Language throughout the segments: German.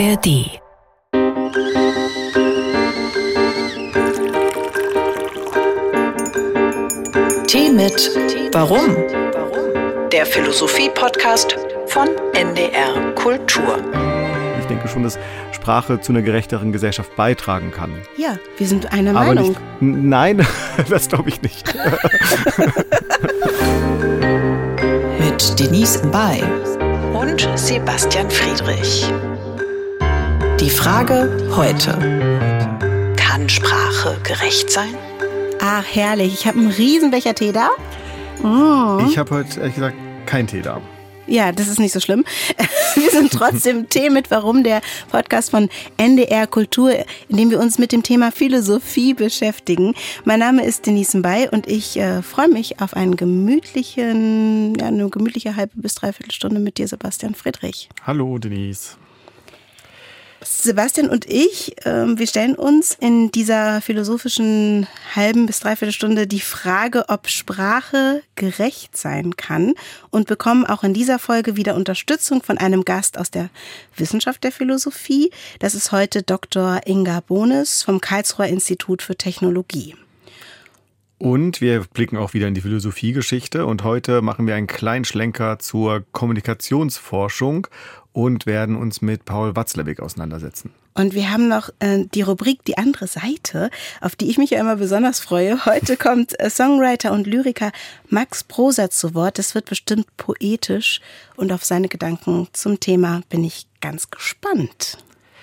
ARD. Tee mit Warum? Der Philosophie-Podcast von NDR Kultur. Ich denke schon, dass Sprache zu einer gerechteren Gesellschaft beitragen kann. Ja, wir sind einer Aber Meinung. Nicht, nein, das glaube ich nicht. Mit Denise Mbay und Sebastian Friedrich. Die Frage heute: Kann Sprache gerecht sein? Ach, herrlich. Ich habe einen Riesenbecher Tee da. Ich habe heute, ehrlich gesagt, keinen Tee da. Ja, das ist nicht so schlimm. Wir sind trotzdem Tee mit Warum, der Podcast von NDR Kultur, in dem wir uns mit dem Thema Philosophie beschäftigen. Mein Name ist Denise Mbay und ich freue mich auf eine gemütliche halbe bis dreiviertel Stunde mit dir, Sebastian Friedrich. Hallo, Denise. Sebastian und ich, wir stellen uns in dieser philosophischen halben bis dreiviertel Stunde die Frage, ob Sprache gerecht sein kann, und bekommen auch in dieser Folge wieder Unterstützung von einem Gast aus der Wissenschaft der Philosophie. Das ist heute Dr. Inga Bohnes vom Karlsruher Institut für Technologie. Und wir blicken auch wieder in die Philosophiegeschichte und heute machen wir einen kleinen Schlenker zur Kommunikationsforschung und werden uns mit Paul Watzlawick auseinandersetzen. Und wir haben noch die Rubrik Die andere Seite, auf die ich mich ja immer besonders freue. Heute kommt Songwriter und Lyriker Max Proser zu Wort. Das wird bestimmt poetisch und auf seine Gedanken zum Thema bin ich ganz gespannt.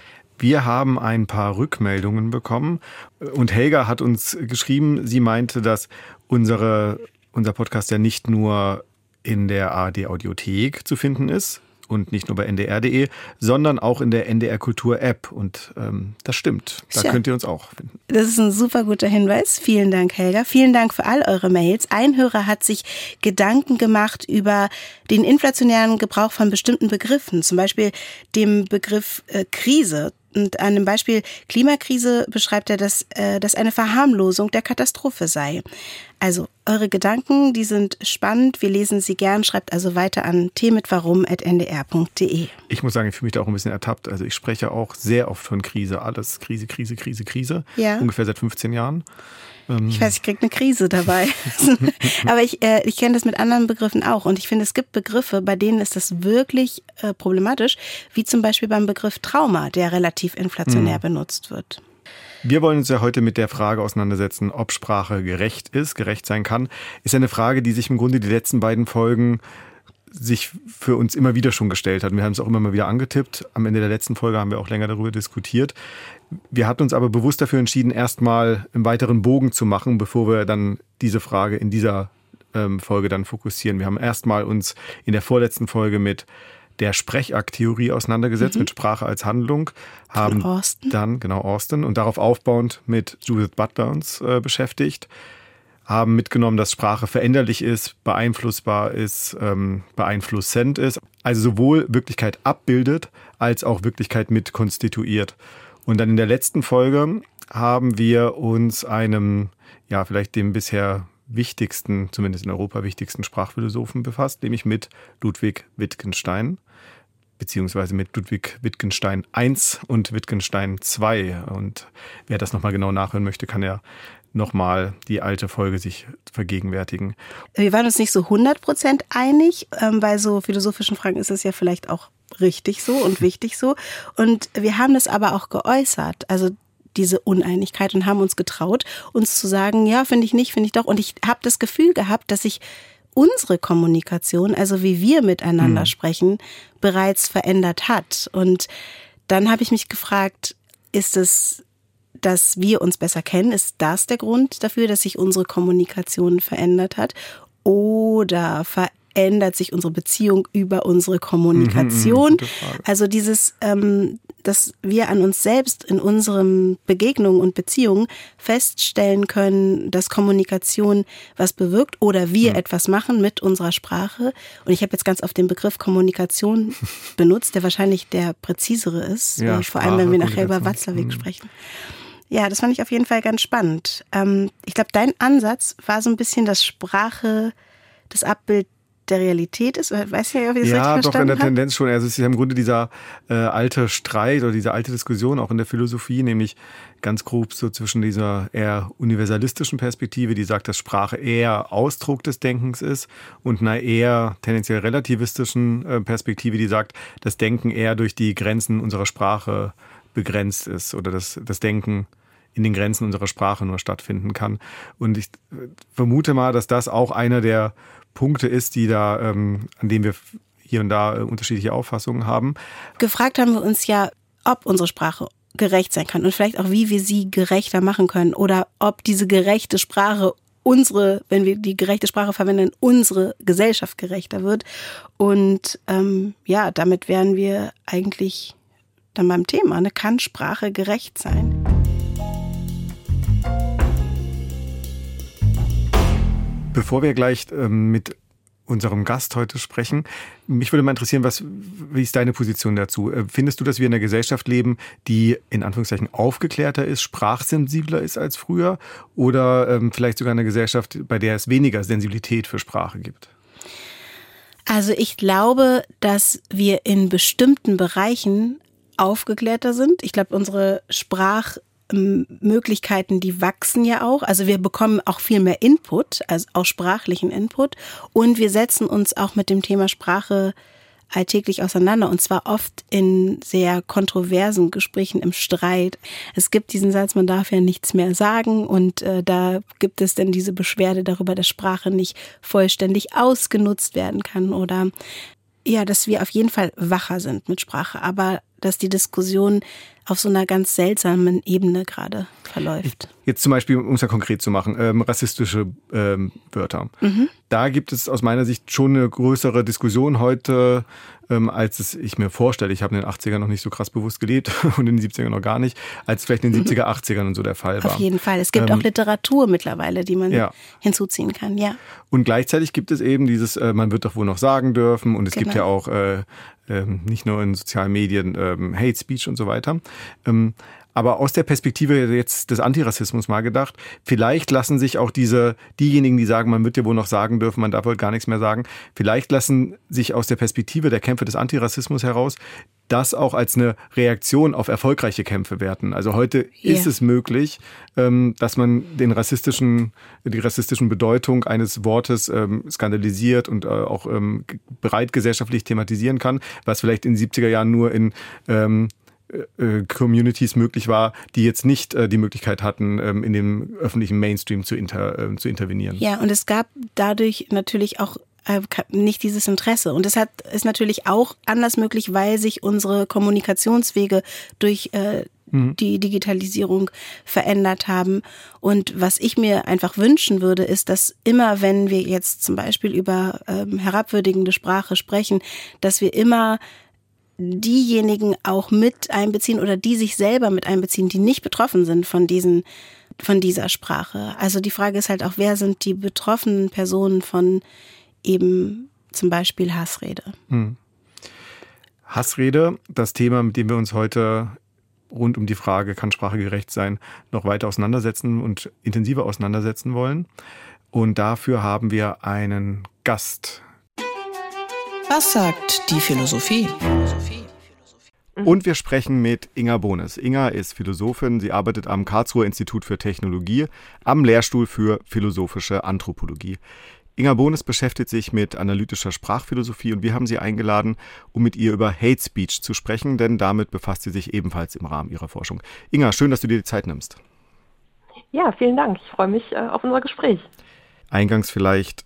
Wir haben ein paar Rückmeldungen bekommen und Helga hat uns geschrieben, sie meinte, dass unser Podcast ja nicht nur in der ARD Audiothek zu finden ist und nicht nur bei ndr.de, sondern auch in der NDR Kultur App. Und das stimmt, da könnt ihr uns auch finden. Das ist ein super guter Hinweis. Vielen Dank, Helga. Vielen Dank für all eure Mails. Ein Hörer hat sich Gedanken gemacht über den inflationären Gebrauch von bestimmten Begriffen, zum Beispiel dem Begriff Krise. Und an dem Beispiel Klimakrise beschreibt er, dass das eine Verharmlosung der Katastrophe sei. Also eure Gedanken, die sind spannend. Wir lesen sie gern. Schreibt also weiter an teemitwarum@ndr.de. Ich muss sagen, ich fühle mich da auch ein bisschen ertappt. Also ich spreche auch sehr oft von Krise. Alles Krise, Krise, Krise, Krise. Ja. Ungefähr seit 15 Jahren. Ich weiß, ich kriege eine Krise dabei. Aber ich kenne das mit anderen Begriffen auch. Und ich finde, es gibt Begriffe, bei denen ist das wirklich problematisch, wie zum Beispiel beim Begriff Trauma, der relativ inflationär benutzt wird. Wir wollen uns ja heute mit der Frage auseinandersetzen, ob Sprache gerecht sein kann. Ist ja eine Frage, die sich im Grunde die letzten beiden Folgen sich für uns immer wieder schon gestellt hat. Wir haben es auch immer mal wieder angetippt. Am Ende der letzten Folge haben wir auch länger darüber diskutiert. Wir hatten uns aber bewusst dafür entschieden, erstmal einen weiteren Bogen zu machen, bevor wir dann diese Frage in dieser Folge dann fokussieren. Wir haben erstmal uns in der vorletzten Folge mit der Sprechakttheorie auseinandergesetzt, mit Sprache als Handlung. Haben Austin. Dann, genau, Austin. Und darauf aufbauend mit Judith Butler uns beschäftigt. Haben mitgenommen, dass Sprache veränderlich ist, beeinflussbar ist, beeinflussend ist. Also sowohl Wirklichkeit abbildet, als auch Wirklichkeit mit konstituiert. Und dann in der letzten Folge haben wir uns einem, ja, vielleicht dem bisher wichtigsten, zumindest in Europa wichtigsten Sprachphilosophen befasst, nämlich mit Ludwig Wittgenstein, beziehungsweise mit Ludwig Wittgenstein I und Wittgenstein II. Und wer das nochmal genau nachhören möchte, kann ja nochmal die alte Folge sich vergegenwärtigen. Wir waren uns nicht so 100% einig. Bei so philosophischen Fragen ist es ja vielleicht auch richtig so und wichtig so. Und wir haben das aber auch geäußert, also diese Uneinigkeit, und haben uns getraut, uns zu sagen, ja, finde ich nicht, finde ich doch. Und ich habe das Gefühl gehabt, dass sich unsere Kommunikation, also wie wir miteinander sprechen, bereits verändert hat. Und dann habe ich mich gefragt, ist es, dass wir uns besser kennen, ist das der Grund dafür, dass sich unsere Kommunikation verändert hat? Oder verändert sich unsere Beziehung über unsere Kommunikation? Also dieses, dass wir an uns selbst in unseren Begegnungen und Beziehungen feststellen können, dass Kommunikation was bewirkt oder wir etwas machen mit unserer Sprache. Und ich habe jetzt ganz oft den Begriff Kommunikation benutzt, der wahrscheinlich der präzisere ist, ja, vor allem wenn wir nachher über Kommunikation. Watzlawick sprechen. Ja, das fand ich auf jeden Fall ganz spannend. Ich glaube, dein Ansatz war so ein bisschen, dass Sprache das Abbild der Realität ist? Weiß ich nicht, ob ich das richtig Ja, verstanden doch in der habe. Tendenz schon. Also es ist ja im Grunde dieser alte Streit oder diese alte Diskussion auch in der Philosophie, nämlich ganz grob so zwischen dieser eher universalistischen Perspektive, die sagt, dass Sprache eher Ausdruck des Denkens ist, und einer eher tendenziell relativistischen Perspektive, die sagt, dass Denken eher durch die Grenzen unserer Sprache begrenzt ist oder das Denken in den Grenzen unserer Sprache nur stattfinden kann. Und ich vermute mal, dass das auch einer der Punkte ist, die da, an dem wir hier und da unterschiedliche Auffassungen haben. Gefragt haben wir uns ja, ob unsere Sprache gerecht sein kann und vielleicht auch, wie wir sie gerechter machen können oder ob diese gerechte Sprache wenn wir die gerechte Sprache verwenden, unsere Gesellschaft gerechter wird. Und damit wären wir eigentlich dann beim Thema, ne? Kann Sprache gerecht sein? Bevor wir gleich mit unserem Gast heute sprechen, mich würde mal interessieren, wie ist deine Position dazu? Findest du, dass wir in einer Gesellschaft leben, die in Anführungszeichen aufgeklärter ist, sprachsensibler ist als früher, oder vielleicht sogar eine Gesellschaft, bei der es weniger Sensibilität für Sprache gibt? Also ich glaube, dass wir in bestimmten Bereichen aufgeklärter sind. Ich glaube, unsere Sprachmöglichkeiten, die wachsen ja auch. Also wir bekommen auch viel mehr Input, also auch sprachlichen Input. Und wir setzen uns auch mit dem Thema Sprache alltäglich auseinander, und zwar oft in sehr kontroversen Gesprächen im Streit. Es gibt diesen Satz, man darf ja nichts mehr sagen, und da gibt es dann diese Beschwerde darüber, dass Sprache nicht vollständig ausgenutzt werden kann, oder ja, dass wir auf jeden Fall wacher sind mit Sprache, aber dass die Diskussion auf so einer ganz seltsamen Ebene gerade verläuft. Jetzt zum Beispiel, um es ja konkret zu machen, rassistische Wörter. Da gibt es aus meiner Sicht schon eine größere Diskussion heute, als ich mir vorstelle. Ich habe in den 80ern noch nicht so krass bewusst gelebt und in den 70ern noch gar nicht, als vielleicht in den 70er, 80ern und so der Fall war. Auf jeden Fall. Es gibt auch Literatur mittlerweile, die man hinzuziehen kann, ja. Und gleichzeitig gibt es eben dieses, man wird doch wohl noch sagen dürfen, und es gibt ja auch nicht nur in sozialen Medien Hate Speech und so weiter. Aber aus der Perspektive jetzt des Antirassismus mal gedacht, vielleicht lassen sich auch diejenigen, die sagen, man wird ja wohl noch sagen dürfen, man darf wohl gar nichts mehr sagen, vielleicht lassen sich aus der Perspektive der Kämpfe des Antirassismus heraus das auch als eine Reaktion auf erfolgreiche Kämpfe werten. Also heute ist es möglich, dass man die rassistischen Bedeutung eines Wortes skandalisiert und auch breit gesellschaftlich thematisieren kann, was vielleicht in den 70er Jahren nur in Communities möglich war, die jetzt nicht die Möglichkeit hatten, in dem öffentlichen Mainstream zu intervenieren. Ja, und es gab dadurch natürlich auch nicht dieses Interesse. Und das ist natürlich auch anders möglich, weil sich unsere Kommunikationswege durch die Digitalisierung verändert haben. Und was ich mir einfach wünschen würde, ist, dass immer, wenn wir jetzt zum Beispiel über herabwürdigende Sprache sprechen, dass wir immer diejenigen auch mit einbeziehen oder die sich selber mit einbeziehen, die nicht betroffen sind von dieser Sprache. Also die Frage ist halt auch, wer sind die betroffenen Personen von eben zum Beispiel Hassrede? Hassrede, das Thema, mit dem wir uns heute rund um die Frage, kann Sprache gerecht sein, noch weiter auseinandersetzen und intensiver auseinandersetzen wollen. Und dafür haben wir einen Gast. Was sagt die Philosophie? Und wir sprechen mit Inga Bohnes. Inga ist Philosophin. Sie arbeitet am Karlsruher Institut für Technologie am Lehrstuhl für philosophische Anthropologie. Inga Bohnes beschäftigt sich mit analytischer Sprachphilosophie, und wir haben sie eingeladen, um mit ihr über Hate Speech zu sprechen, denn damit befasst sie sich ebenfalls im Rahmen ihrer Forschung. Inga, schön, dass du dir die Zeit nimmst. Ja, vielen Dank. Ich freue mich auf unser Gespräch. Eingangs vielleicht,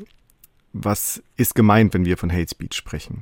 was ist gemeint, wenn wir von Hate Speech sprechen?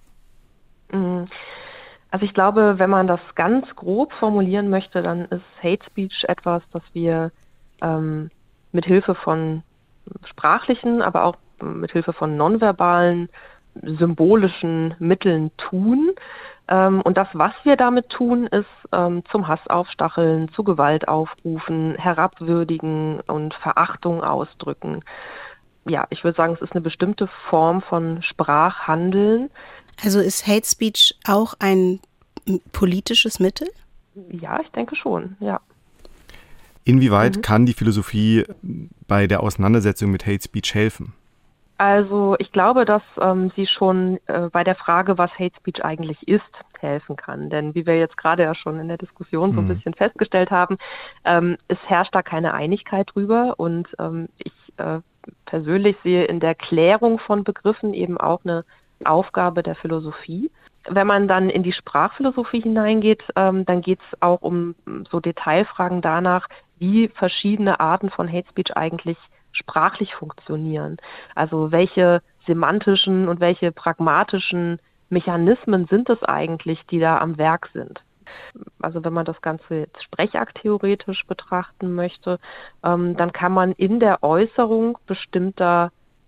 Also ich glaube, wenn man das ganz grob formulieren möchte, dann ist Hate Speech etwas, das wir mit Hilfe von sprachlichen, aber auch mit Hilfe von nonverbalen, symbolischen Mitteln tun. Und das, was wir damit tun, ist zum Hass aufstacheln, zu Gewalt aufrufen, herabwürdigen und Verachtung ausdrücken. Ja, ich würde sagen, es ist eine bestimmte Form von Sprachhandeln. Also ist Hate Speech auch ein politisches Mittel? Ja, ich denke schon, ja. Inwieweit kann die Philosophie bei der Auseinandersetzung mit Hate Speech helfen? Also ich glaube, dass sie schon bei der Frage, was Hate Speech eigentlich ist, helfen kann. Denn wie wir jetzt gerade ja schon in der Diskussion so ein bisschen festgestellt haben, es herrscht da keine Einigkeit drüber. Und ich persönlich sehe in der Klärung von Begriffen eben auch eine Aufgabe der Philosophie. Wenn man dann in die Sprachphilosophie hineingeht, dann geht es auch um so Detailfragen danach, wie verschiedene Arten von Hate Speech eigentlich sprachlich funktionieren. Also welche semantischen und welche pragmatischen Mechanismen sind es eigentlich, die da am Werk sind? Also wenn man das Ganze jetzt sprechaktheoretisch betrachten möchte, dann kann man in der Äußerung bestimmter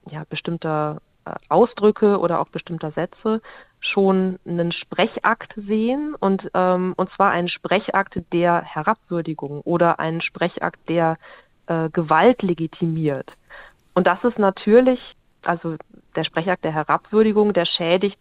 Ausdrücke oder auch bestimmter Sätze schon einen Sprechakt sehen und zwar einen Sprechakt der Herabwürdigung oder einen Sprechakt der Gewalt legitimiert. Und das ist natürlich, also der Sprechakt der Herabwürdigung, der schädigt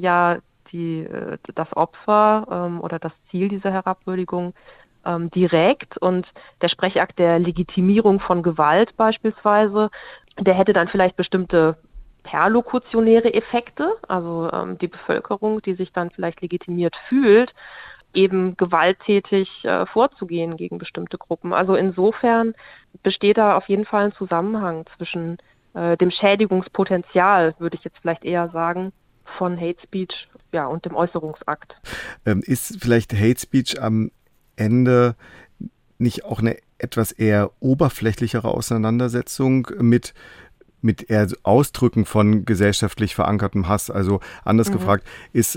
das Opfer oder das Ziel dieser Herabwürdigung direkt, und der Sprechakt der Legitimierung von Gewalt beispielsweise, der hätte dann vielleicht bestimmte perlokutionäre Effekte, also die Bevölkerung, die sich dann vielleicht legitimiert fühlt, eben gewalttätig vorzugehen gegen bestimmte Gruppen. Also insofern besteht da auf jeden Fall ein Zusammenhang zwischen dem Schädigungspotenzial, würde ich jetzt vielleicht eher sagen, von Hate Speech und dem Äußerungsakt. Ist vielleicht Hate Speech am Ende nicht auch eine etwas eher oberflächlichere Auseinandersetzung mit eher Ausdrücken von gesellschaftlich verankertem Hass? Also anders gefragt, ist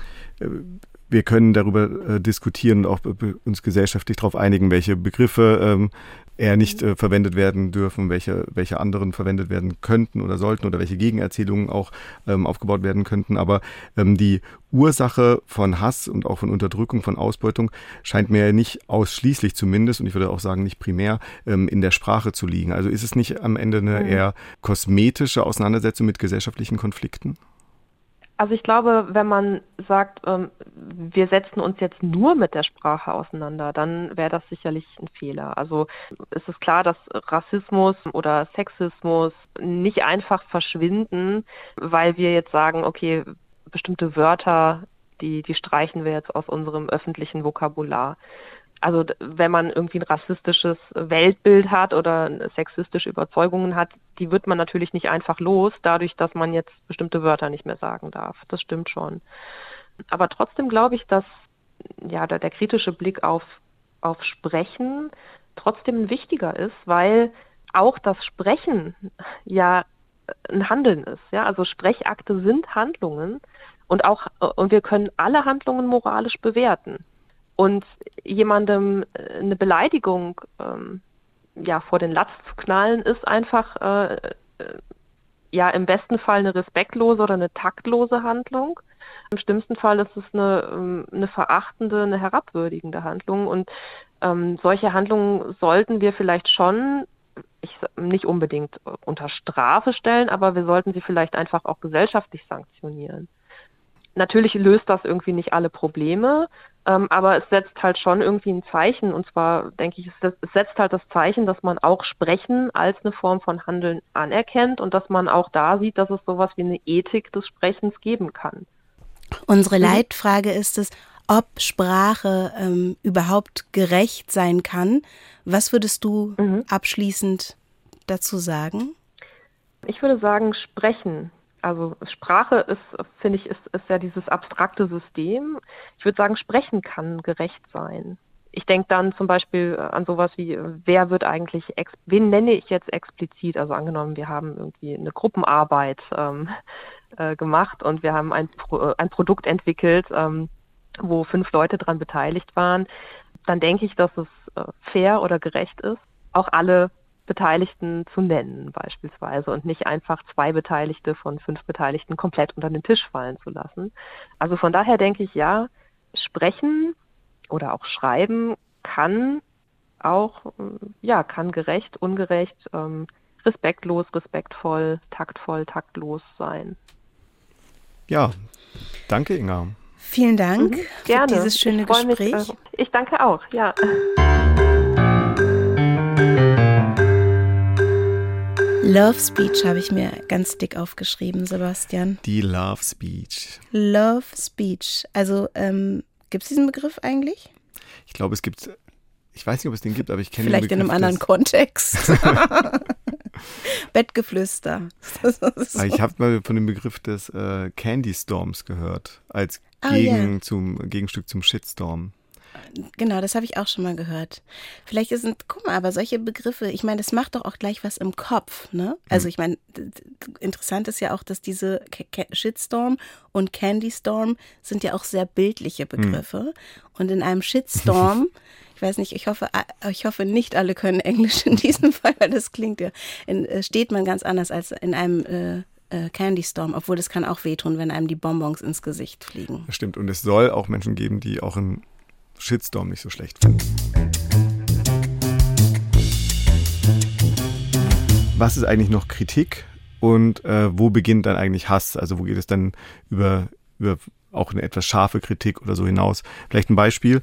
wir können darüber diskutieren und auch uns gesellschaftlich darauf einigen, welche Begriffe eher nicht verwendet werden dürfen, welche anderen verwendet werden könnten oder sollten oder welche Gegenerzählungen auch aufgebaut werden könnten. Aber die Ursache von Hass und auch von Unterdrückung, von Ausbeutung scheint mir nicht ausschließlich zumindest, und ich würde auch sagen nicht primär, in der Sprache zu liegen. Also ist es nicht am Ende eine eher kosmetische Auseinandersetzung mit gesellschaftlichen Konflikten? Also ich glaube, wenn man sagt, wir setzen uns jetzt nur mit der Sprache auseinander, dann wäre das sicherlich ein Fehler. Also es ist klar, dass Rassismus oder Sexismus nicht einfach verschwinden, weil wir jetzt sagen, okay, bestimmte Wörter, die streichen wir jetzt aus unserem öffentlichen Vokabular. Also wenn man irgendwie ein rassistisches Weltbild hat oder sexistische Überzeugungen hat, die wird man natürlich nicht einfach los, dadurch, dass man jetzt bestimmte Wörter nicht mehr sagen darf. Das stimmt schon. Aber trotzdem glaube ich, dass der kritische Blick auf Sprechen trotzdem ein wichtiger ist, weil auch das Sprechen ja ein Handeln ist. Ja? Also Sprechakte sind Handlungen und wir können alle Handlungen moralisch bewerten. Und jemandem eine Beleidigung vor den Latz zu knallen, ist einfach im besten Fall eine respektlose oder eine taktlose Handlung. Im schlimmsten Fall ist es eine verachtende, eine herabwürdigende Handlung. Und solche Handlungen sollten wir vielleicht schon, nicht unbedingt unter Strafe stellen, aber wir sollten sie vielleicht einfach auch gesellschaftlich sanktionieren. Natürlich löst das irgendwie nicht alle Probleme, aber es setzt halt schon irgendwie ein Zeichen. Und zwar, denke ich, es setzt halt das Zeichen, dass man auch Sprechen als eine Form von Handeln anerkennt und dass man auch da sieht, dass es sowas wie eine Ethik des Sprechens geben kann. Unsere Leitfrage ist es, ob Sprache überhaupt gerecht sein kann. Was würdest du abschließend dazu sagen? Ich würde sagen, Sprechen. Also Sprache ist ja dieses abstrakte System. Ich würde sagen, Sprechen kann gerecht sein. Ich denke dann zum Beispiel an sowas wie, wen nenne ich jetzt explizit? Also angenommen, wir haben irgendwie eine Gruppenarbeit gemacht und wir haben ein Produkt entwickelt, wo 5 Leute dran beteiligt waren. Dann denke ich, dass es fair oder gerecht ist, auch alle Beteiligten zu nennen beispielsweise und nicht einfach 2 Beteiligte von 5 Beteiligten komplett unter den Tisch fallen zu lassen. Also von daher denke ich, ja, Sprechen oder auch Schreiben kann gerecht, ungerecht, respektlos, respektvoll, taktlos sein. Ja, danke Inga. Vielen Dank Gerne. für dieses schöne Gespräch. Ich danke auch, ja. Love Speech habe ich mir ganz dick aufgeschrieben, Sebastian. Die Love Speech. Love Speech. Also gibt es diesen Begriff eigentlich? Ich glaube, es gibt, ich weiß nicht, ob es den gibt, aber ich kenne den Vielleicht Begriff. In einem anderen Kontext. Bettgeflüster. Ich habe mal von dem Begriff des Candy Storms gehört, als Gegenstück zum Shitstorm. Genau, das habe ich auch schon mal gehört. Vielleicht guck mal, aber solche Begriffe, ich meine, das macht doch auch gleich was im Kopf, ne? Also ich meine, interessant ist ja auch, dass diese Shitstorm und Candy Storm sind ja auch sehr bildliche Begriffe. Und in einem Shitstorm, ich weiß nicht, ich hoffe nicht alle können Englisch in diesem Fall, weil das klingt ja, steht man ganz anders als in einem Candy Storm, obwohl das kann auch wehtun, wenn einem die Bonbons ins Gesicht fliegen. Das stimmt, und es soll auch Menschen geben, die auch einen Shitstorm nicht so schlecht finden. Was ist eigentlich noch Kritik und wo beginnt dann eigentlich Hass? Also wo geht es dann über auch eine etwas scharfe Kritik oder so hinaus? Vielleicht ein Beispiel.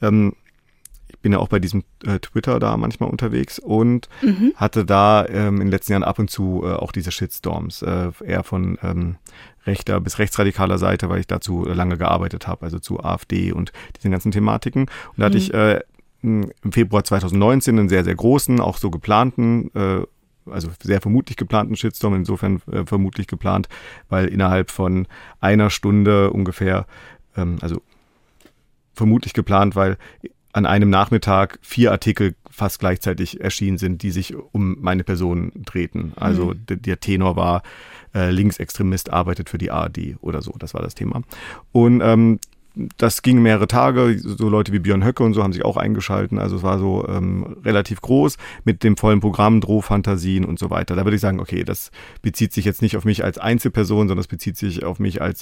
Ich bin ja auch bei diesem Twitter da manchmal unterwegs und hatte da in den letzten Jahren ab und zu auch diese Shitstorms, eher von rechter bis rechtsradikaler Seite, weil ich dazu lange gearbeitet habe, also zu AfD und diesen ganzen Thematiken. Und da hatte ich im Februar 2019 einen sehr, sehr großen, auch so geplanten, also sehr vermutlich geplanten Shitstorm, insofern vermutlich geplant, weil innerhalb von einer Stunde ungefähr, also vermutlich geplant, weil an einem Nachmittag 4 Artikel fast gleichzeitig erschienen sind, die sich um meine Person drehten. Also der Tenor war, Linksextremist arbeitet für die ARD oder so, das war das Thema. Und das ging mehrere Tage, so Leute wie Björn Höcke und so haben sich auch eingeschalten, also es war so relativ groß mit dem vollen Programm, Drohfantasien und so weiter. Da würde ich sagen, okay, das bezieht sich jetzt nicht auf mich als Einzelperson, sondern es bezieht sich auf mich als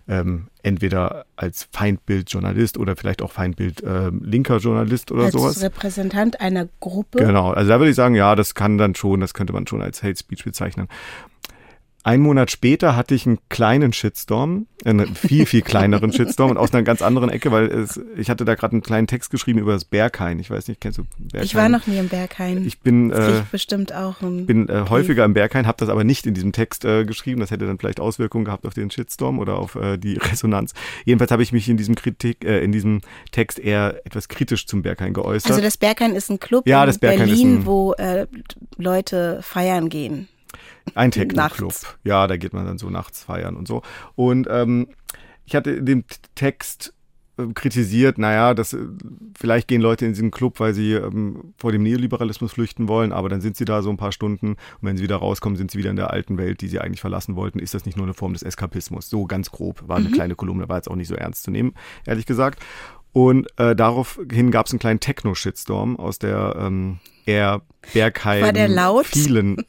entweder als Feindbildjournalist oder vielleicht auch Feindbild linker Journalist oder sowas. Als Repräsentant einer Gruppe. Genau, also da würde ich sagen, ja, das könnte man schon als Hate Speech bezeichnen. Einen Monat später hatte ich einen kleinen Shitstorm, einen viel, viel kleineren Shitstorm und aus einer ganz anderen Ecke, weil ich hatte da gerade einen kleinen Text geschrieben über das Berghain. Ich weiß nicht, kennst du Berghain? Ich war noch nie im Berghain. Ich bin bestimmt auch häufiger im Berghain, habe das aber nicht in diesem Text geschrieben. Das hätte dann vielleicht Auswirkungen gehabt auf den Shitstorm oder auf die Resonanz. Jedenfalls habe ich mich in diesem Text eher etwas kritisch zum Berghain geäußert. Also das Berghain ist ein Club in Berlin, wo Leute feiern gehen. Ein Techno-Club. Ja, da geht man dann so nachts feiern und so. Und ich hatte in dem Text kritisiert, vielleicht gehen Leute in diesen Club, weil sie vor dem Neoliberalismus flüchten wollen, aber dann sind sie da so ein paar Stunden und wenn sie wieder rauskommen, sind sie wieder in der alten Welt, die sie eigentlich verlassen wollten. Ist das nicht nur eine Form des Eskapismus? So ganz grob, war eine kleine Kolumne, war jetzt auch nicht so ernst zu nehmen, ehrlich gesagt. Und daraufhin gab es einen kleinen Techno-Shitstorm aus der eher Berghain. War der laut? Vielen.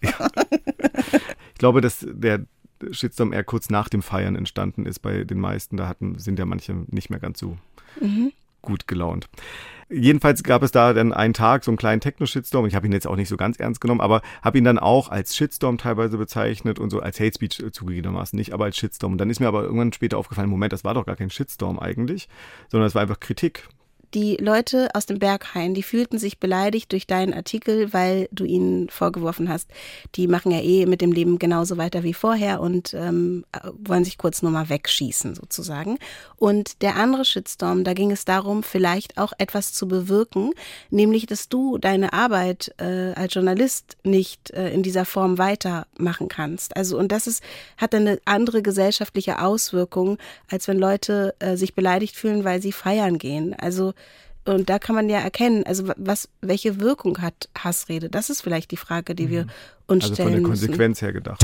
Ich glaube, dass der Shitstorm eher kurz nach dem Feiern entstanden ist bei den meisten. Da sind ja manche nicht mehr ganz so gut gelaunt. Jedenfalls gab es da dann einen Tag so einen kleinen Techno-Shitstorm. Ich habe ihn jetzt auch nicht so ganz ernst genommen, aber habe ihn dann auch als Shitstorm teilweise bezeichnet und so als Hate Speech zugegebenermaßen nicht, aber als Shitstorm. Und dann ist mir aber irgendwann später aufgefallen, Moment, das war doch gar kein Shitstorm eigentlich, sondern es war einfach Kritik. Die Leute aus dem Berghain, die fühlten sich beleidigt durch deinen Artikel, weil du ihnen vorgeworfen hast, die machen ja mit dem Leben genauso weiter wie vorher und wollen sich kurz nur mal wegschießen sozusagen. Und der andere Shitstorm, da ging es darum, vielleicht auch etwas zu bewirken, nämlich, dass du deine Arbeit als Journalist nicht in dieser Form weitermachen kannst. Also und das hat dann eine andere gesellschaftliche Auswirkung, als wenn Leute sich beleidigt fühlen, weil sie feiern gehen. Also und da kann man ja erkennen, also welche Wirkung hat Hassrede? Das ist vielleicht die Frage, die wir uns stellen müssen. Also von der Konsequenz her gedacht.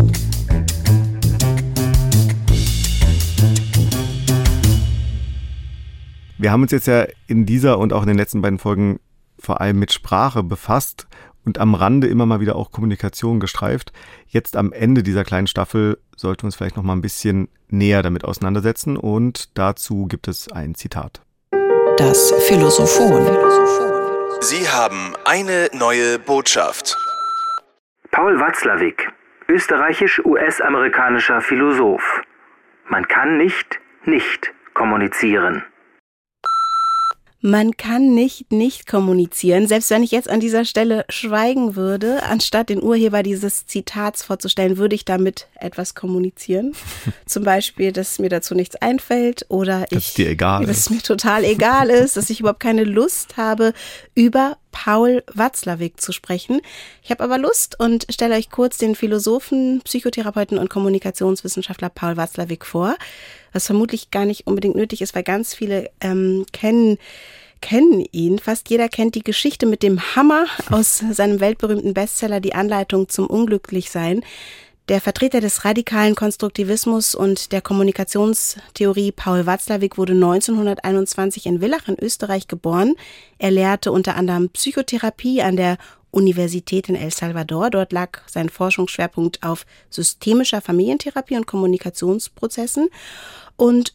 Wir haben uns jetzt ja in dieser und auch in den letzten beiden Folgen vor allem mit Sprache befasst und am Rande immer mal wieder auch Kommunikation gestreift. Jetzt am Ende dieser kleinen Staffel sollten wir uns vielleicht noch mal ein bisschen näher damit auseinandersetzen und dazu gibt es ein Zitat. Das Philosophon. Sie haben eine neue Botschaft. Paul Watzlawick, österreichisch-US-amerikanischer Philosoph. Man kann nicht kommunizieren. Man kann nicht kommunizieren. Selbst wenn ich jetzt an dieser Stelle schweigen würde, anstatt den Urheber dieses Zitats vorzustellen, würde ich damit etwas kommunizieren. Zum Beispiel, dass mir dazu nichts einfällt oder dass es dir egal dass es mir total egal ist, dass ich überhaupt keine Lust habe, über Paul Watzlawick zu sprechen. Ich habe aber Lust und stelle euch kurz den Philosophen, Psychotherapeuten und Kommunikationswissenschaftler Paul Watzlawick vor, was vermutlich gar nicht unbedingt nötig ist, weil ganz viele kennen ihn. Fast jeder kennt die Geschichte mit dem Hammer aus seinem weltberühmten Bestseller Die Anleitung zum Unglücklichsein. Der Vertreter des radikalen Konstruktivismus und der Kommunikationstheorie Paul Watzlawick wurde 1921 in Villach in Österreich geboren. Er lehrte unter anderem Psychotherapie an der Universität in El Salvador. Dort lag sein Forschungsschwerpunkt auf systemischer Familientherapie und Kommunikationsprozessen. Und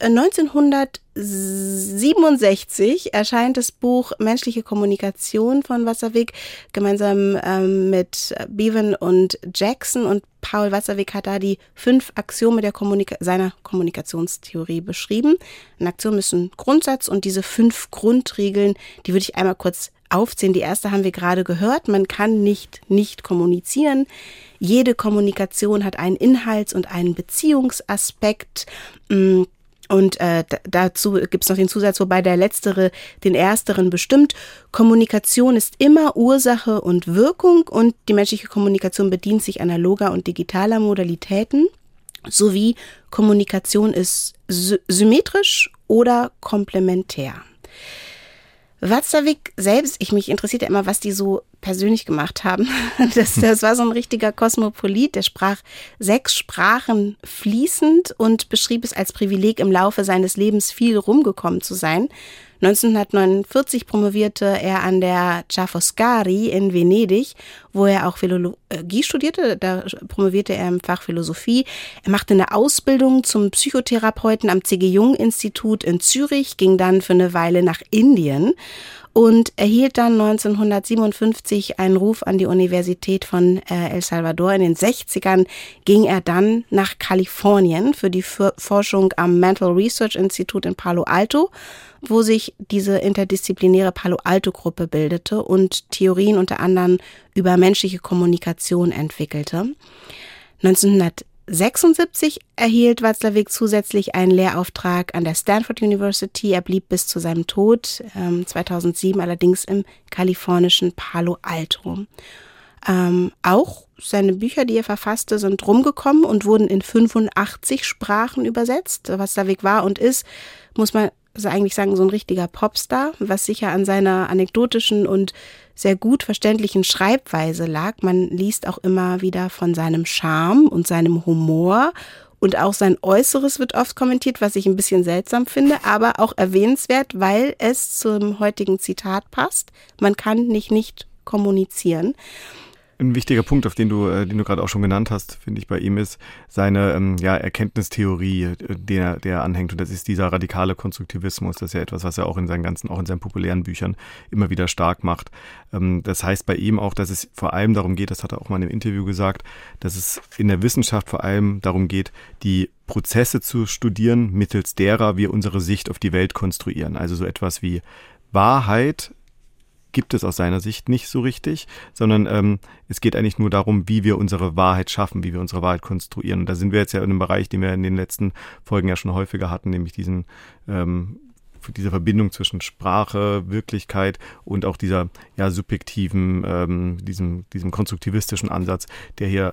1967 erscheint das Buch Menschliche Kommunikation von Watzlawick gemeinsam mit Bevan und Jackson. Und Paul Watzlawick hat da die 5 Axiome seiner Kommunikationstheorie beschrieben. Ein Axiom ist ein Grundsatz und diese 5 Grundregeln, die würde ich einmal kurz aufzählen. Die erste haben wir gerade gehört. Man kann nicht kommunizieren. Jede Kommunikation hat einen Inhalts- und einen Beziehungsaspekt. Und dazu gibt es noch den Zusatz, wobei der letztere den ersteren bestimmt. Kommunikation ist immer Ursache und Wirkung und die menschliche Kommunikation bedient sich analoger und digitaler Modalitäten, sowie Kommunikation ist symmetrisch oder komplementär. Watzlawick selbst, mich interessiert ja immer, was die so persönlich gemacht haben. Das war so ein richtiger Kosmopolit, der sprach 6 Sprachen fließend und beschrieb es als Privileg, im Laufe seines Lebens viel rumgekommen zu sein. 1949 promovierte er an der Ca' Foscari in Venedig, wo er auch Philologie studierte. Da promovierte er im Fach Philosophie. Er machte eine Ausbildung zum Psychotherapeuten am C.G. Jung-Institut in Zürich, ging dann für eine Weile nach Indien und erhielt dann 1957 einen Ruf an die Universität von El Salvador. In den 60ern ging er dann nach Kalifornien für die Forschung am Mental Research Institute in Palo Alto, wo sich diese interdisziplinäre Palo Alto-Gruppe bildete und Theorien unter anderem über menschliche Kommunikation entwickelte. 1976 erhielt Watzlawick zusätzlich einen Lehrauftrag an der Stanford University. Er blieb bis zu seinem Tod 2007 allerdings im kalifornischen Palo Alto. Auch seine Bücher, die er verfasste, sind rumgekommen und wurden in 85 Sprachen übersetzt. Watzlawick war und ist, muss man eigentlich sagen, so ein richtiger Popstar, was sicher an seiner anekdotischen und sehr gut verständlichen Schreibweise lag. Man liest auch immer wieder von seinem Charme und seinem Humor und auch sein Äußeres wird oft kommentiert, was ich ein bisschen seltsam finde, aber auch erwähnenswert, weil es zum heutigen Zitat passt. Man kann nicht kommunizieren. Ein wichtiger Punkt, auf den du gerade auch schon genannt hast, finde ich bei ihm ist seine Erkenntnistheorie, der er anhängt. Und das ist dieser radikale Konstruktivismus. Das ist ja etwas, was er auch in seinen populären Büchern immer wieder stark macht. Das heißt bei ihm auch, dass es vor allem darum geht, das hat er auch mal in einem Interview gesagt, dass es in der Wissenschaft vor allem darum geht, die Prozesse zu studieren, mittels derer wir unsere Sicht auf die Welt konstruieren. Also so etwas wie Wahrheit gibt es aus seiner Sicht nicht so richtig, sondern es geht eigentlich nur darum, wie wir unsere Wahrheit schaffen, wie wir unsere Wahrheit konstruieren. Und da sind wir jetzt ja in einem Bereich, den wir in den letzten Folgen ja schon häufiger hatten, nämlich diese Verbindung zwischen Sprache, Wirklichkeit und auch dieser subjektiven, diesem konstruktivistischen Ansatz, der hier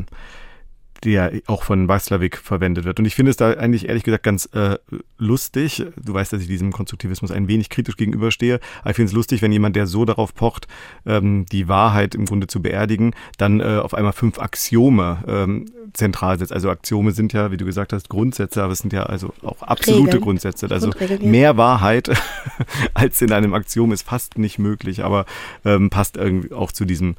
der auch von Watzlawick verwendet wird. Und ich finde es da eigentlich ehrlich gesagt ganz lustig. Du weißt, dass ich diesem Konstruktivismus ein wenig kritisch gegenüberstehe. Aber ich finde es lustig, wenn jemand, der so darauf pocht, die Wahrheit im Grunde zu beerdigen, dann auf einmal 5 Axiome zentral setzt. Also Axiome sind ja, wie du gesagt hast, Grundsätze, aber es sind ja also auch absolute Regeln. Grundsätze. Also mehr Wahrheit als in einem Axiom ist fast nicht möglich, aber passt irgendwie auch zu diesem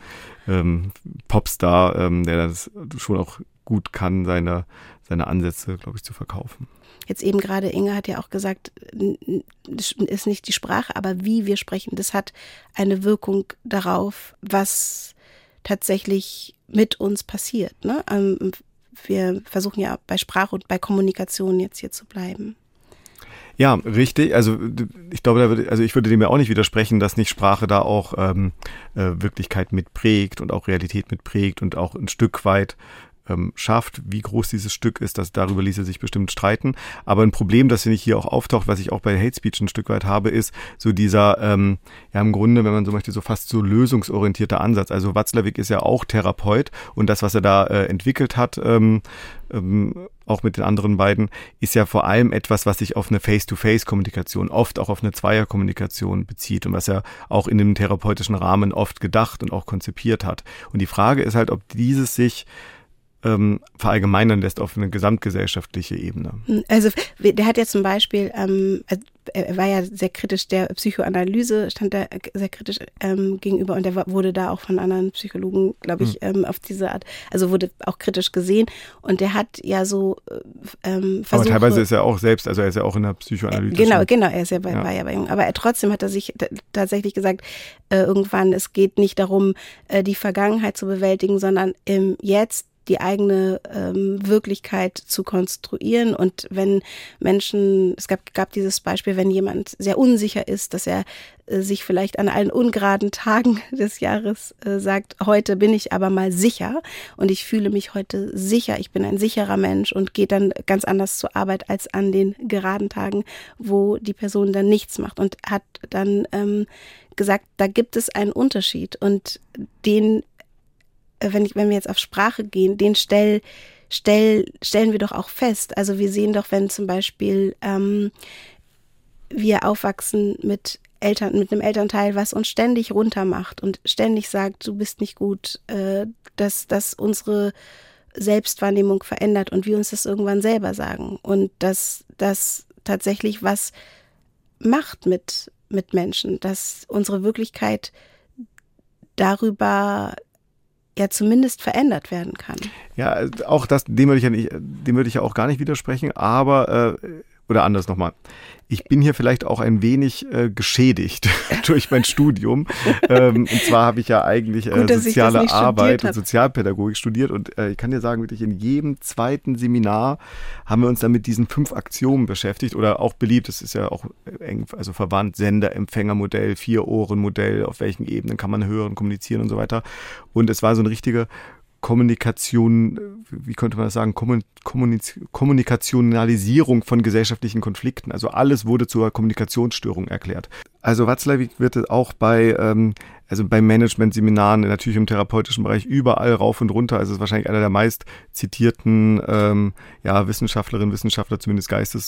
Popstar, der das schon auch gut kann, seine Ansätze, glaube ich, zu verkaufen. Jetzt eben gerade, Inge hat ja auch gesagt, ist nicht die Sprache, aber wie wir sprechen, das hat eine Wirkung darauf, was tatsächlich mit uns passiert. Ne? Wir versuchen ja bei Sprache und bei Kommunikation jetzt hier zu bleiben. Ja, richtig. Also ich glaube, ich würde dem ja auch nicht widersprechen, dass nicht Sprache da auch Wirklichkeit mitprägt und auch Realität mitprägt und auch ein Stück weit schafft. Wie groß dieses Stück ist, darüber ließe sich bestimmt streiten. Aber ein Problem, das finde ich hier auch auftaucht, was ich auch bei Hate Speech ein Stück weit habe, ist so dieser, im Grunde, wenn man so möchte, so fast so lösungsorientierter Ansatz. Also Watzlawick ist ja auch Therapeut und das, was er da entwickelt hat, auch mit den anderen beiden, ist ja vor allem etwas, was sich auf eine Face-to-Face-Kommunikation, oft auch auf eine Zweierkommunikation bezieht und was er auch in dem therapeutischen Rahmen oft gedacht und auch konzipiert hat. Und die Frage ist halt, ob dieses sich verallgemeinern lässt auf eine gesamtgesellschaftliche Ebene. Also der hat ja zum Beispiel, er war ja sehr kritisch der Psychoanalyse, stand da sehr kritisch gegenüber und er wurde da auch von anderen Psychologen, glaube ich, auf diese Art, also wurde auch kritisch gesehen und der hat ja so Versuche. Aber teilweise ist er auch selbst, also er ist ja auch in der Psychoanalyse. Genau, er ist ja war ja bei ihm. Aber trotzdem hat er sich tatsächlich gesagt, irgendwann, es geht nicht darum, die Vergangenheit zu bewältigen, sondern im Jetzt die eigene Wirklichkeit zu konstruieren. Und wenn Menschen, es gab dieses Beispiel, wenn jemand sehr unsicher ist, dass er sich vielleicht an allen ungeraden Tagen des Jahres sagt, heute bin ich aber mal sicher und ich fühle mich heute sicher, ich bin ein sicherer Mensch und geht dann ganz anders zur Arbeit als an den geraden Tagen, wo die Person dann nichts macht und hat dann gesagt, da gibt es einen Unterschied und den wenn wir jetzt auf Sprache gehen, den stellen wir doch auch fest. Also wir sehen doch, wenn zum Beispiel wir aufwachsen mit einem Elternteil, was uns ständig runtermacht und ständig sagt, du bist nicht gut, dass das unsere Selbstwahrnehmung verändert und wir uns das irgendwann selber sagen. Und dass das tatsächlich was macht mit Menschen, dass unsere Wirklichkeit darüber ja zumindest verändert werden kann. Ja, auch das, dem würde ich ja auch gar nicht widersprechen, aber oder anders nochmal. Ich bin hier vielleicht auch ein wenig geschädigt durch mein Studium. Und zwar habe ich ja eigentlich soziale Arbeit und Sozialpädagogik studiert und ich kann dir sagen, wirklich in jedem zweiten Seminar haben wir uns dann mit diesen 5 Axiomen beschäftigt oder auch beliebt, das ist ja auch eng, also verwandt, Sender-Empfänger-Modell, 4-Ohren-Modell, auf welchen Ebenen kann man hören, kommunizieren und so weiter. Und es war so eine richtige Kommunikation, wie könnte man das sagen, Kommunikationalisierung von gesellschaftlichen Konflikten. Also alles wurde zur Kommunikationsstörung erklärt. Also Watzlawick wird auch bei Management-Seminaren, natürlich im therapeutischen Bereich, überall rauf und runter. Also es ist wahrscheinlich einer der meist zitierten Wissenschaftlerinnen, Wissenschaftler, zumindest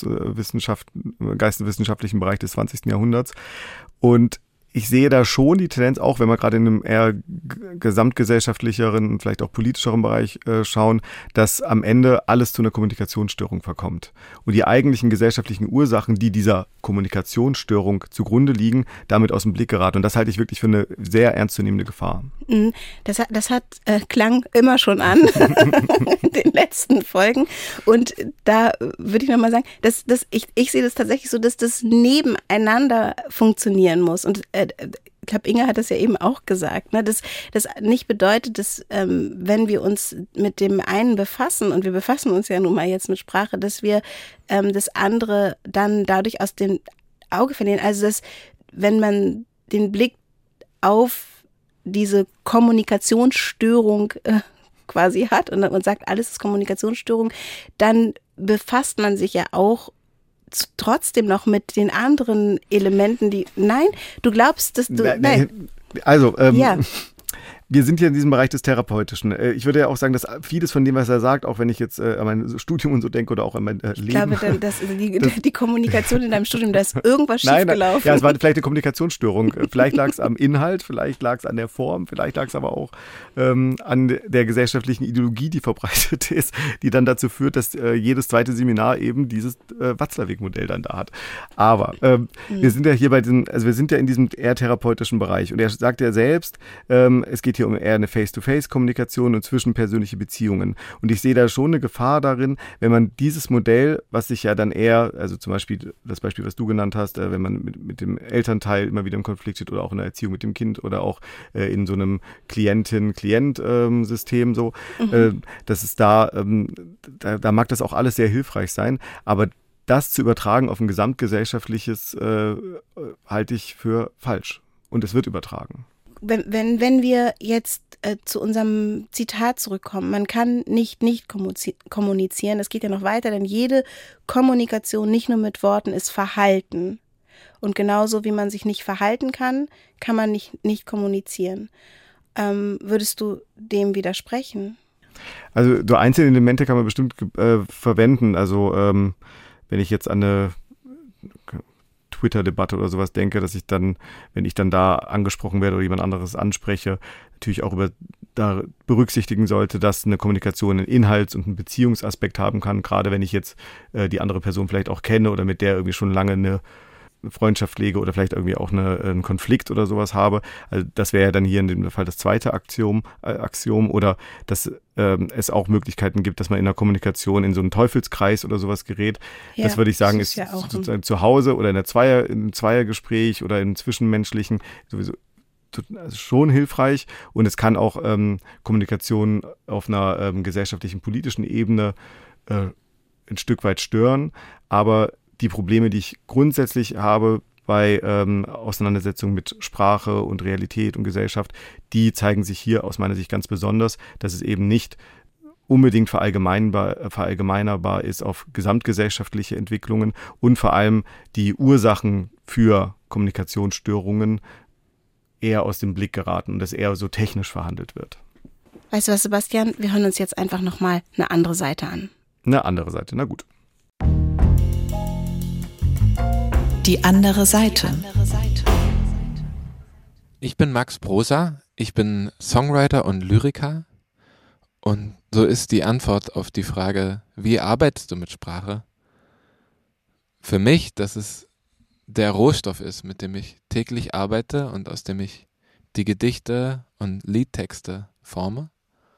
geisteswissenschaftlichen Bereich des 20. Jahrhunderts. Und ich sehe da schon die Tendenz, auch wenn wir gerade in einem eher gesamtgesellschaftlicheren und vielleicht auch politischeren Bereich schauen, dass am Ende alles zu einer Kommunikationsstörung verkommt. Und die eigentlichen gesellschaftlichen Ursachen, die dieser Kommunikationsstörung zugrunde liegen, damit aus dem Blick geraten. Und das halte ich wirklich für eine sehr ernstzunehmende Gefahr. Das klang immer schon an in den letzten Folgen. Und da würde ich nochmal sagen, ich sehe das tatsächlich so, dass das nebeneinander funktionieren muss. Und ich glaube, Inge hat das ja eben auch gesagt, ne, dass das nicht bedeutet, dass wenn wir uns mit dem einen befassen, und wir befassen uns ja nun mal jetzt mit Sprache, dass wir das andere dann dadurch aus dem Auge verlieren. Also dass, wenn man den Blick auf diese Kommunikationsstörung quasi hat und sagt, alles ist Kommunikationsstörung, dann befasst man sich ja auch trotzdem noch mit den anderen Elementen, nein, du glaubst, dass du, nein. Also, ja. Wir sind hier in diesem Bereich des Therapeutischen. Ich würde ja auch sagen, dass vieles von dem, was er sagt, auch wenn ich jetzt an mein Studium und so denke oder auch an mein Leben. Ich glaube, dass die Kommunikation in deinem Studium, da ist irgendwas schiefgelaufen. Ja, es war vielleicht eine Kommunikationsstörung. Vielleicht lag es am Inhalt, vielleicht lag es an der Form, vielleicht lag es aber auch an der gesellschaftlichen Ideologie, die verbreitet ist, die dann dazu führt, dass jedes zweite Seminar eben dieses Watzlawick-Modell dann da hat. Aber wir sind ja hier wir sind ja in diesem eher therapeutischen Bereich. Und er sagt ja selbst, es geht hier um eher eine Face-to-Face-Kommunikation und zwischenpersönliche Beziehungen. Und ich sehe da schon eine Gefahr darin, wenn man dieses Modell, was sich ja dann eher, also zum Beispiel das Beispiel, was du genannt hast, wenn man mit dem Elternteil immer wieder im Konflikt steht oder auch in der Erziehung mit dem Kind oder auch in so einem Klientin-Klient-System dass es da mag das auch alles sehr hilfreich sein, aber das zu übertragen auf ein gesamtgesellschaftliches halte ich für falsch. Und es wird übertragen. Wenn wir jetzt zu unserem Zitat zurückkommen, man kann nicht kommunizieren, es geht ja noch weiter, denn jede Kommunikation, nicht nur mit Worten, ist Verhalten. Und genauso wie man sich nicht verhalten kann, kann man nicht kommunizieren. Würdest du dem widersprechen? Also so einzelne Elemente kann man bestimmt verwenden. Also wenn ich jetzt an eine Twitter-Debatte oder sowas denke, dass ich dann, wenn ich dann da angesprochen werde oder jemand anderes anspreche, natürlich auch da berücksichtigen sollte, dass eine Kommunikation einen Inhalts- und einen Beziehungsaspekt haben kann, gerade wenn ich jetzt die andere Person vielleicht auch kenne oder mit der irgendwie schon lange eine Freundschaft lege oder vielleicht irgendwie auch einen Konflikt oder sowas habe. Also das wäre ja dann hier in dem Fall das zweite Axiom oder dass es auch Möglichkeiten gibt, dass man in der Kommunikation in so einen Teufelskreis oder sowas gerät. Ja, das würde ich sagen, ist ja sozusagen zu Hause oder im Zweiergespräch oder im Zwischenmenschlichen sowieso also schon hilfreich, und es kann auch Kommunikation auf einer gesellschaftlichen, politischen Ebene ein Stück weit stören, aber die Probleme, die ich grundsätzlich habe bei Auseinandersetzungen mit Sprache und Realität und Gesellschaft, die zeigen sich hier aus meiner Sicht ganz besonders, dass es eben nicht unbedingt verallgemeinerbar ist auf gesamtgesellschaftliche Entwicklungen und vor allem die Ursachen für Kommunikationsstörungen eher aus dem Blick geraten und dass eher so technisch verhandelt wird. Weißt du was, Sebastian? Wir hören uns jetzt einfach nochmal eine andere Seite an. Eine andere Seite, na gut. Die andere Seite. Ich bin Max Prosa, ich bin Songwriter und Lyriker, und so ist die Antwort auf die Frage, wie arbeitest du mit Sprache? Für mich, dass es der Rohstoff ist, mit dem ich täglich arbeite und aus dem ich die Gedichte und Liedtexte forme.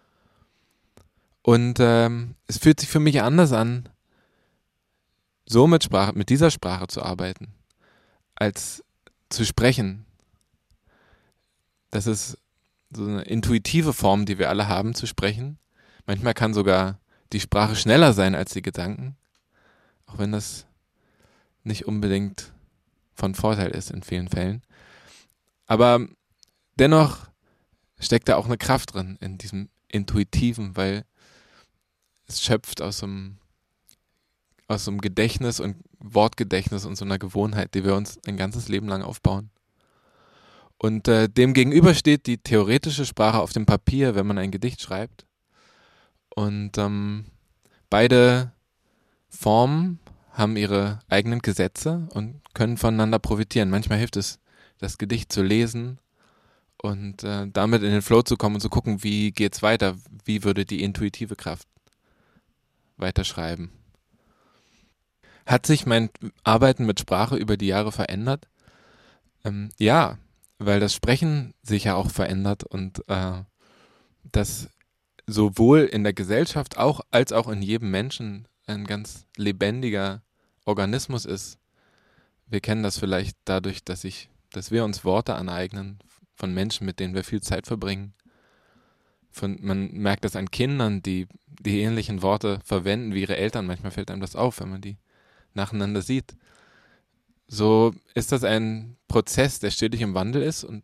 Und es fühlt sich für mich anders an, so mit dieser Sprache zu arbeiten, als zu sprechen. Das ist so eine intuitive Form, die wir alle haben, zu sprechen. Manchmal kann sogar die Sprache schneller sein als die Gedanken, auch wenn das nicht unbedingt von Vorteil ist in vielen Fällen. Aber dennoch steckt da auch eine Kraft drin in diesem Intuitiven, weil es schöpft aus so einem Gedächtnis und Wortgedächtnis und so einer Gewohnheit, die wir uns ein ganzes Leben lang aufbauen. Und dem gegenüber steht die theoretische Sprache auf dem Papier, wenn man ein Gedicht schreibt. Und beide Formen haben ihre eigenen Gesetze und können voneinander profitieren. Manchmal hilft es, das Gedicht zu lesen und damit in den Flow zu kommen und zu gucken, wie geht's weiter, wie würde die intuitive Kraft weiterschreiben. Hat sich mein Arbeiten mit Sprache über die Jahre verändert? Ja, weil das Sprechen sich ja auch verändert und das sowohl in der Gesellschaft als auch in jedem Menschen ein ganz lebendiger Organismus ist. Wir kennen das vielleicht dadurch, dass wir uns Worte aneignen von Menschen, mit denen wir viel Zeit verbringen. Man merkt das an Kindern, die ähnlichen Worte verwenden wie ihre Eltern. Manchmal fällt einem das auf, wenn man die nacheinander sieht. So ist das ein Prozess, der stetig im Wandel ist, und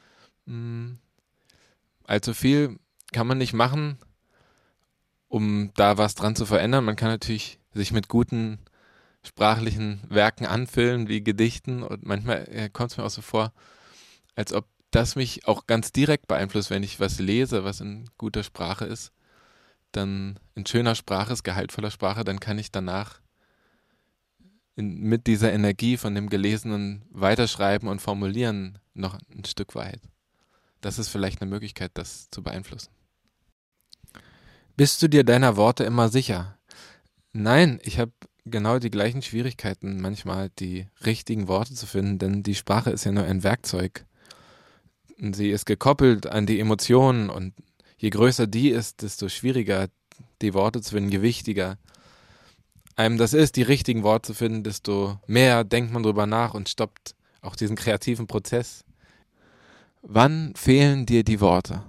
allzu viel kann man nicht machen, um da was dran zu verändern. Man kann natürlich sich mit guten sprachlichen Werken anfüllen, wie Gedichten, und manchmal kommt es mir auch so vor, als ob das mich auch ganz direkt beeinflusst, wenn ich was lese, was in guter Sprache ist, dann in schöner Sprache ist, gehaltvoller Sprache, dann kann ich danach mit dieser Energie von dem Gelesenen weiterschreiben und formulieren noch ein Stück weit. Das ist vielleicht eine Möglichkeit, das zu beeinflussen. Bist du dir deiner Worte immer sicher? Nein, ich habe genau die gleichen Schwierigkeiten, manchmal die richtigen Worte zu finden, denn die Sprache ist ja nur ein Werkzeug. Sie ist gekoppelt an die Emotionen, und je größer die ist, desto schwieriger die Worte zu finden, je wichtiger einem das ist, die richtigen Worte zu finden, desto mehr denkt man drüber nach und stoppt auch diesen kreativen Prozess. Wann fehlen dir die Worte?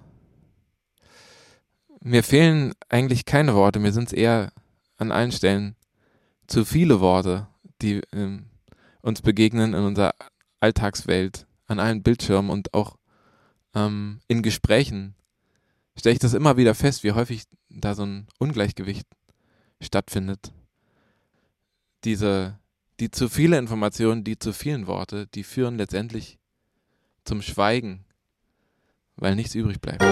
Mir fehlen eigentlich keine Worte, mir sind es eher an allen Stellen zu viele Worte, die uns begegnen in unserer Alltagswelt, an allen Bildschirmen und auch in Gesprächen, stelle ich das immer wieder fest, wie häufig da so ein Ungleichgewicht stattfindet. Die zu viele Informationen, die zu vielen Worte, die führen letztendlich zum Schweigen, weil nichts übrig bleibt.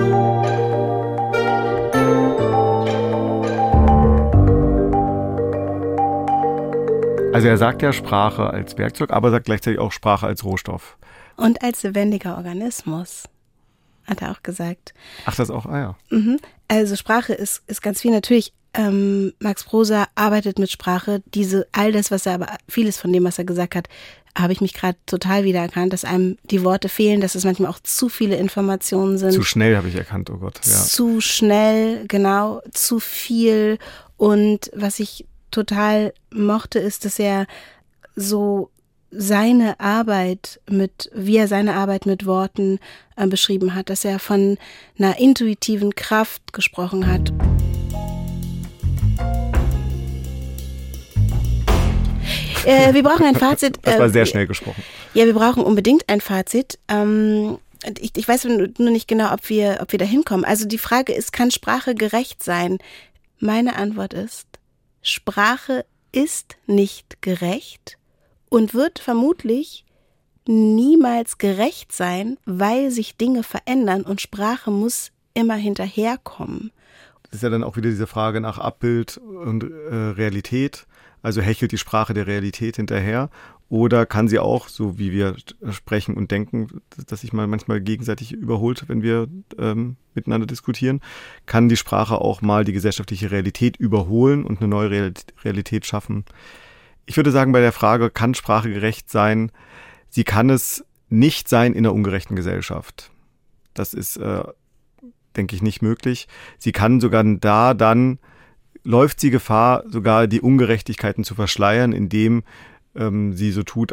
Also er sagt ja Sprache als Werkzeug, aber sagt gleichzeitig auch Sprache als Rohstoff. Und als lebendiger Organismus, hat er auch gesagt. Ach, das auch? Ah ja. Also Sprache ist ganz viel. Natürlich, Max Prosa arbeitet mit Sprache. All das, was er, aber vieles von dem, was er gesagt hat, habe ich mich gerade total wiedererkannt, dass einem die Worte fehlen, dass es manchmal auch zu viele Informationen sind. Zu schnell habe ich erkannt, oh Gott. Ja. Zu schnell, genau, zu viel. Und was ich total mochte, ist, dass er so seine Arbeit wie er seine Arbeit mit Worten beschrieben hat, dass er von einer intuitiven Kraft gesprochen hat. Wir brauchen ein Fazit. Das war sehr schnell gesprochen. Ja, wir brauchen unbedingt ein Fazit. Ich weiß nur nicht genau, ob wir da hinkommen. Also die Frage ist, kann Sprache gerecht sein? Meine Antwort ist, Sprache ist nicht gerecht und wird vermutlich niemals gerecht sein, weil sich Dinge verändern und Sprache muss immer hinterherkommen. Das ist ja dann auch wieder diese Frage nach Abbild und Realität. Also hechelt die Sprache der Realität hinterher oder kann sie auch, so wie wir sprechen und denken, dass sich mal manchmal gegenseitig überholt, wenn wir miteinander diskutieren, kann die Sprache auch mal die gesellschaftliche Realität überholen und eine neue Realität schaffen. Ich würde sagen, bei der Frage, kann Sprache gerecht sein, sie kann es nicht sein in einer ungerechten Gesellschaft. Das ist, denke ich, nicht möglich. Sie kann sogar dann läuft sie Gefahr, sogar die Ungerechtigkeiten zu verschleiern, indem sie so tut,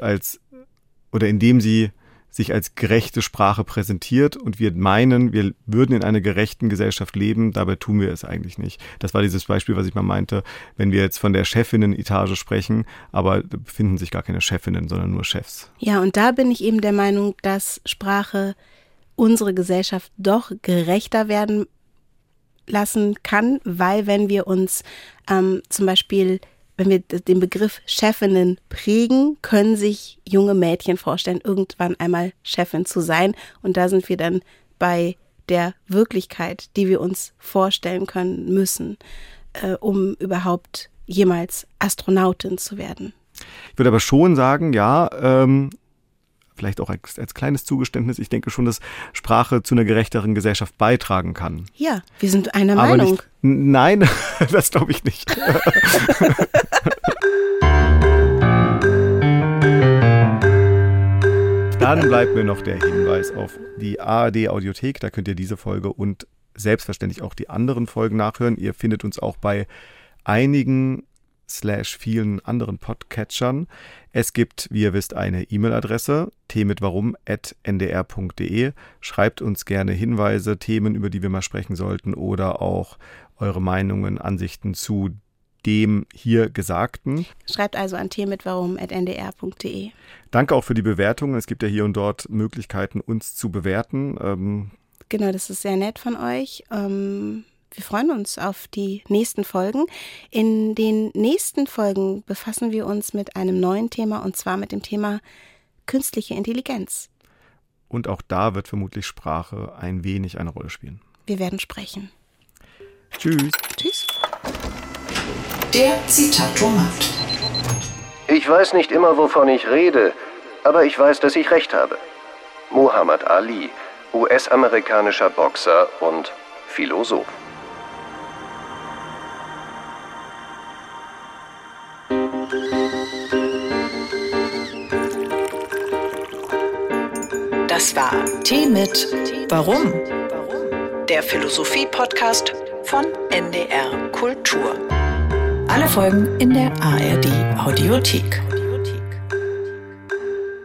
indem sie sich als gerechte Sprache präsentiert und wir meinen, wir würden in einer gerechten Gesellschaft leben, dabei tun wir es eigentlich nicht. Das war dieses Beispiel, was ich mal meinte, wenn wir jetzt von der Chefinnen-Etage sprechen, aber da befinden sich gar keine Chefinnen, sondern nur Chefs. Ja, und da bin ich eben der Meinung, dass Sprache unsere Gesellschaft doch gerechter werden lassen kann, weil wenn wir uns zum Beispiel, wenn wir den Begriff Chefinnen prägen, können sich junge Mädchen vorstellen, irgendwann einmal Chefin zu sein. Und da sind wir dann bei der Wirklichkeit, die wir uns vorstellen können müssen, um überhaupt jemals Astronautin zu werden. Ich würde aber schon sagen, ja, vielleicht auch als kleines Zugeständnis, ich denke schon, dass Sprache zu einer gerechteren Gesellschaft beitragen kann. Ja, wir sind einer Meinung. Nein, das glaube ich nicht. Dann bleibt mir noch der Hinweis auf die ARD-Audiothek. Da könnt ihr diese Folge und selbstverständlich auch die anderen Folgen nachhören. Ihr findet uns auch bei einigen /vielen anderen Podcatchern. Es gibt, wie ihr wisst, eine E-Mail-Adresse, t-mit-warum@ndr.de. Schreibt uns gerne Hinweise, Themen, über die wir mal sprechen sollten oder auch eure Meinungen, Ansichten zu dem hier Gesagten. Schreibt also an t-mit-warum@ndr.de. Danke auch für die Bewertungen. Es gibt ja hier und dort Möglichkeiten, uns zu bewerten. Genau, das ist sehr nett von euch. Wir freuen uns auf die nächsten Folgen. In den nächsten Folgen befassen wir uns mit einem neuen Thema und zwar mit dem Thema künstliche Intelligenz. Und auch da wird vermutlich Sprache ein wenig eine Rolle spielen. Wir werden sprechen. Tschüss. Tschüss. Der Zitatomat. Ich weiß nicht immer, wovon ich rede, aber ich weiß, dass ich recht habe. Muhammad Ali, US-amerikanischer Boxer und Philosoph. Das war Tee mit Warum? Der Philosophie-Podcast von NDR Kultur. Alle Folgen in der ARD-Audiothek.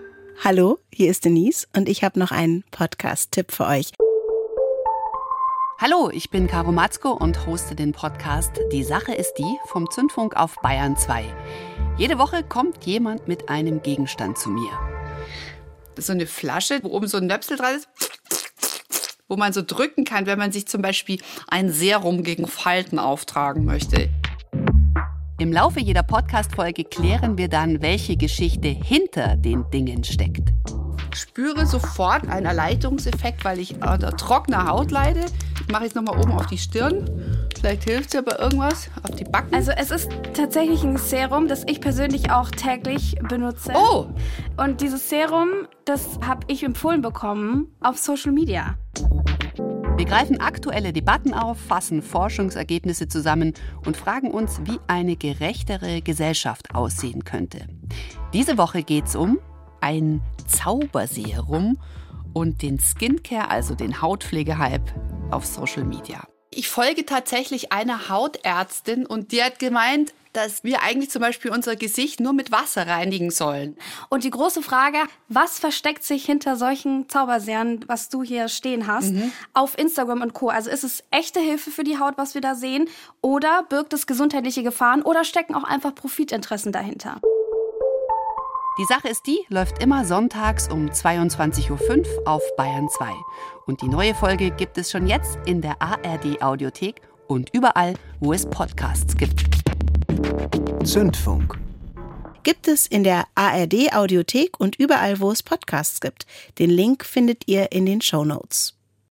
Hallo, hier ist Denise und ich habe noch einen Podcast-Tipp für euch. Hallo, ich bin Caro Matzko und hoste den Podcast Die Sache ist die vom Zündfunk auf Bayern 2. Jede Woche kommt jemand mit einem Gegenstand zu mir. Das ist so eine Flasche, wo oben so ein Nöpsel dran ist, wo man so drücken kann, wenn man sich zum Beispiel ein Serum gegen Falten auftragen möchte. Im Laufe jeder Podcast-Folge klären wir dann, welche Geschichte hinter den Dingen steckt. Ich spüre sofort einen Erleichterungseffekt, weil ich unter trockener Haut leide. Ich mache jetzt nochmal oben auf die Stirn. Vielleicht hilft es ja bei irgendwas. Auf die Backen. Also es ist tatsächlich ein Serum, das ich persönlich auch täglich benutze. Oh! Und dieses Serum, das habe ich empfohlen bekommen auf Social Media. Wir greifen aktuelle Debatten auf, fassen Forschungsergebnisse zusammen und fragen uns, wie eine gerechtere Gesellschaft aussehen könnte. Diese Woche geht es um ein Zauberserum und den Skincare, also den Hautpflegehype auf Social Media. Ich folge tatsächlich einer Hautärztin und die hat gemeint, dass wir eigentlich zum Beispiel unser Gesicht nur mit Wasser reinigen sollen. Und die große Frage, was versteckt sich hinter solchen Zauberserien, was du hier stehen hast, auf Instagram und Co.? Also ist es echte Hilfe für die Haut, was wir da sehen? Oder birgt es gesundheitliche Gefahren? Oder stecken auch einfach Profitinteressen dahinter? Die Sache ist die, läuft immer sonntags um 22.05 Uhr auf Bayern 2. Und die neue Folge gibt es schon jetzt in der ARD-Audiothek und überall, wo es Podcasts gibt. Zündfunk. Gibt es in der ARD-Audiothek und überall, wo es Podcasts gibt. Den Link findet ihr in den Shownotes.